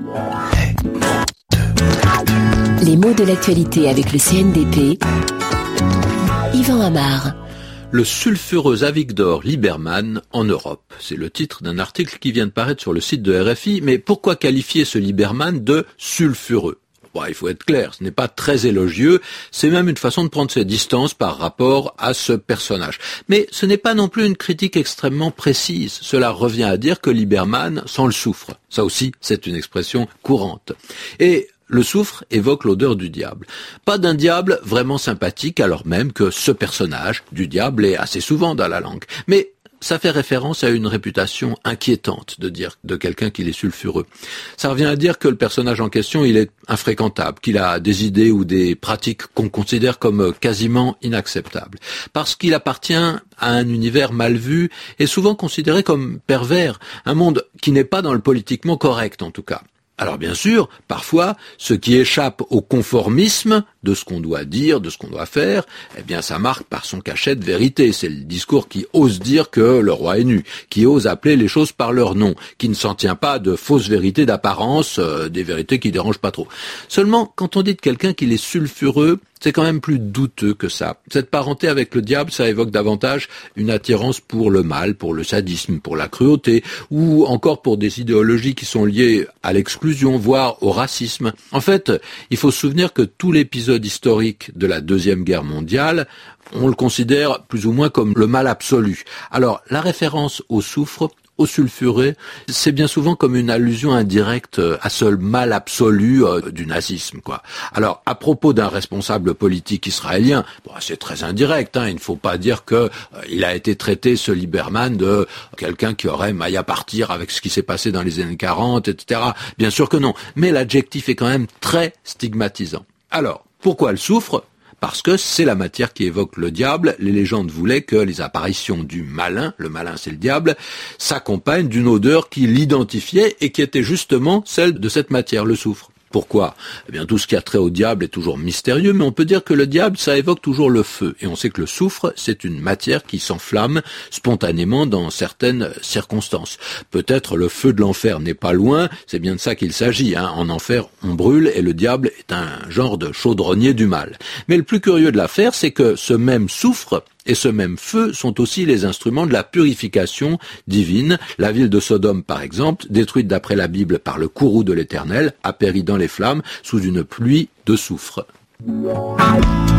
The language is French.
Les mots de l'actualité avec le CNDP. Yvan Amar. Le sulfureux Avigdor Lieberman en Europe. C'est le titre d'un article qui vient de paraître sur le site de RFI. Mais pourquoi qualifier ce Lieberman de sulfureux ? Bon, il faut être clair, ce n'est pas très élogieux, c'est même une façon de prendre ses distances par rapport à ce personnage. Mais ce n'est pas non plus une critique extrêmement précise. Cela revient à dire que Lieberman sent le soufre. Ça aussi, c'est une expression courante. Et le soufre évoque l'odeur du diable. Pas d'un diable vraiment sympathique, alors même que ce personnage du diable est assez souvent dans la langue. Mais ça fait référence à une réputation inquiétante de dire de quelqu'un qu'il est sulfureux. Ça revient à dire que le personnage en question, il est infréquentable, qu'il a des idées ou des pratiques qu'on considère comme quasiment inacceptables. Parce qu'il appartient à un univers mal vu et souvent considéré comme pervers, un monde qui n'est pas dans le politiquement correct en tout cas. Alors bien sûr, parfois, ce qui échappe au conformisme de ce qu'on doit dire, de ce qu'on doit faire, eh bien ça marque par son cachet de vérité. C'est le discours qui ose dire que le roi est nu, qui ose appeler les choses par leur nom, qui ne s'en tient pas de fausses vérités d'apparence, des vérités qui dérangent pas trop. Seulement, quand on dit de quelqu'un qu'il est sulfureux, c'est quand même plus douteux que ça. Cette parenté avec le diable, ça évoque davantage une attirance pour le mal, pour le sadisme, pour la cruauté, ou encore pour des idéologies qui sont liées à l'exclusion, voire au racisme. En fait, il faut se souvenir que tout l'épisode historique de la Deuxième Guerre mondiale, on le considère plus ou moins comme le mal absolu. Alors, la référence au soufre, au sulfuré, c'est bien souvent comme une allusion indirecte à ce mal absolu du nazisme, quoi. Alors, à propos d'un responsable politique israélien, bon, c'est très indirect, il ne faut pas dire que il a été traité, ce Lieberman, de quelqu'un qui aurait maille à partir avec ce qui s'est passé dans les années 40, etc. Bien sûr que non, mais l'adjectif est quand même très stigmatisant. Alors, pourquoi le soufre ? Parce que c'est la matière qui évoque le diable. Les légendes voulaient que les apparitions du malin, le malin c'est le diable, s'accompagnent d'une odeur qui l'identifiait et qui était justement celle de cette matière, le soufre. Pourquoi ? Eh bien, tout ce qui a trait au diable est toujours mystérieux, mais on peut dire que le diable, ça évoque toujours le feu. Et on sait que le soufre, c'est une matière qui s'enflamme spontanément dans certaines circonstances. Peut-être le feu de l'enfer n'est pas loin, c'est bien de ça qu'il s'agit. En enfer, on brûle et le diable est un genre de chaudronnier du mal. Mais le plus curieux de l'affaire, c'est que ce même soufre et ce même feu sont aussi les instruments de la purification divine. La ville de Sodome, par exemple, détruite d'après la Bible par le courroux de l'Éternel, a péri dans les flammes sous une pluie de soufre.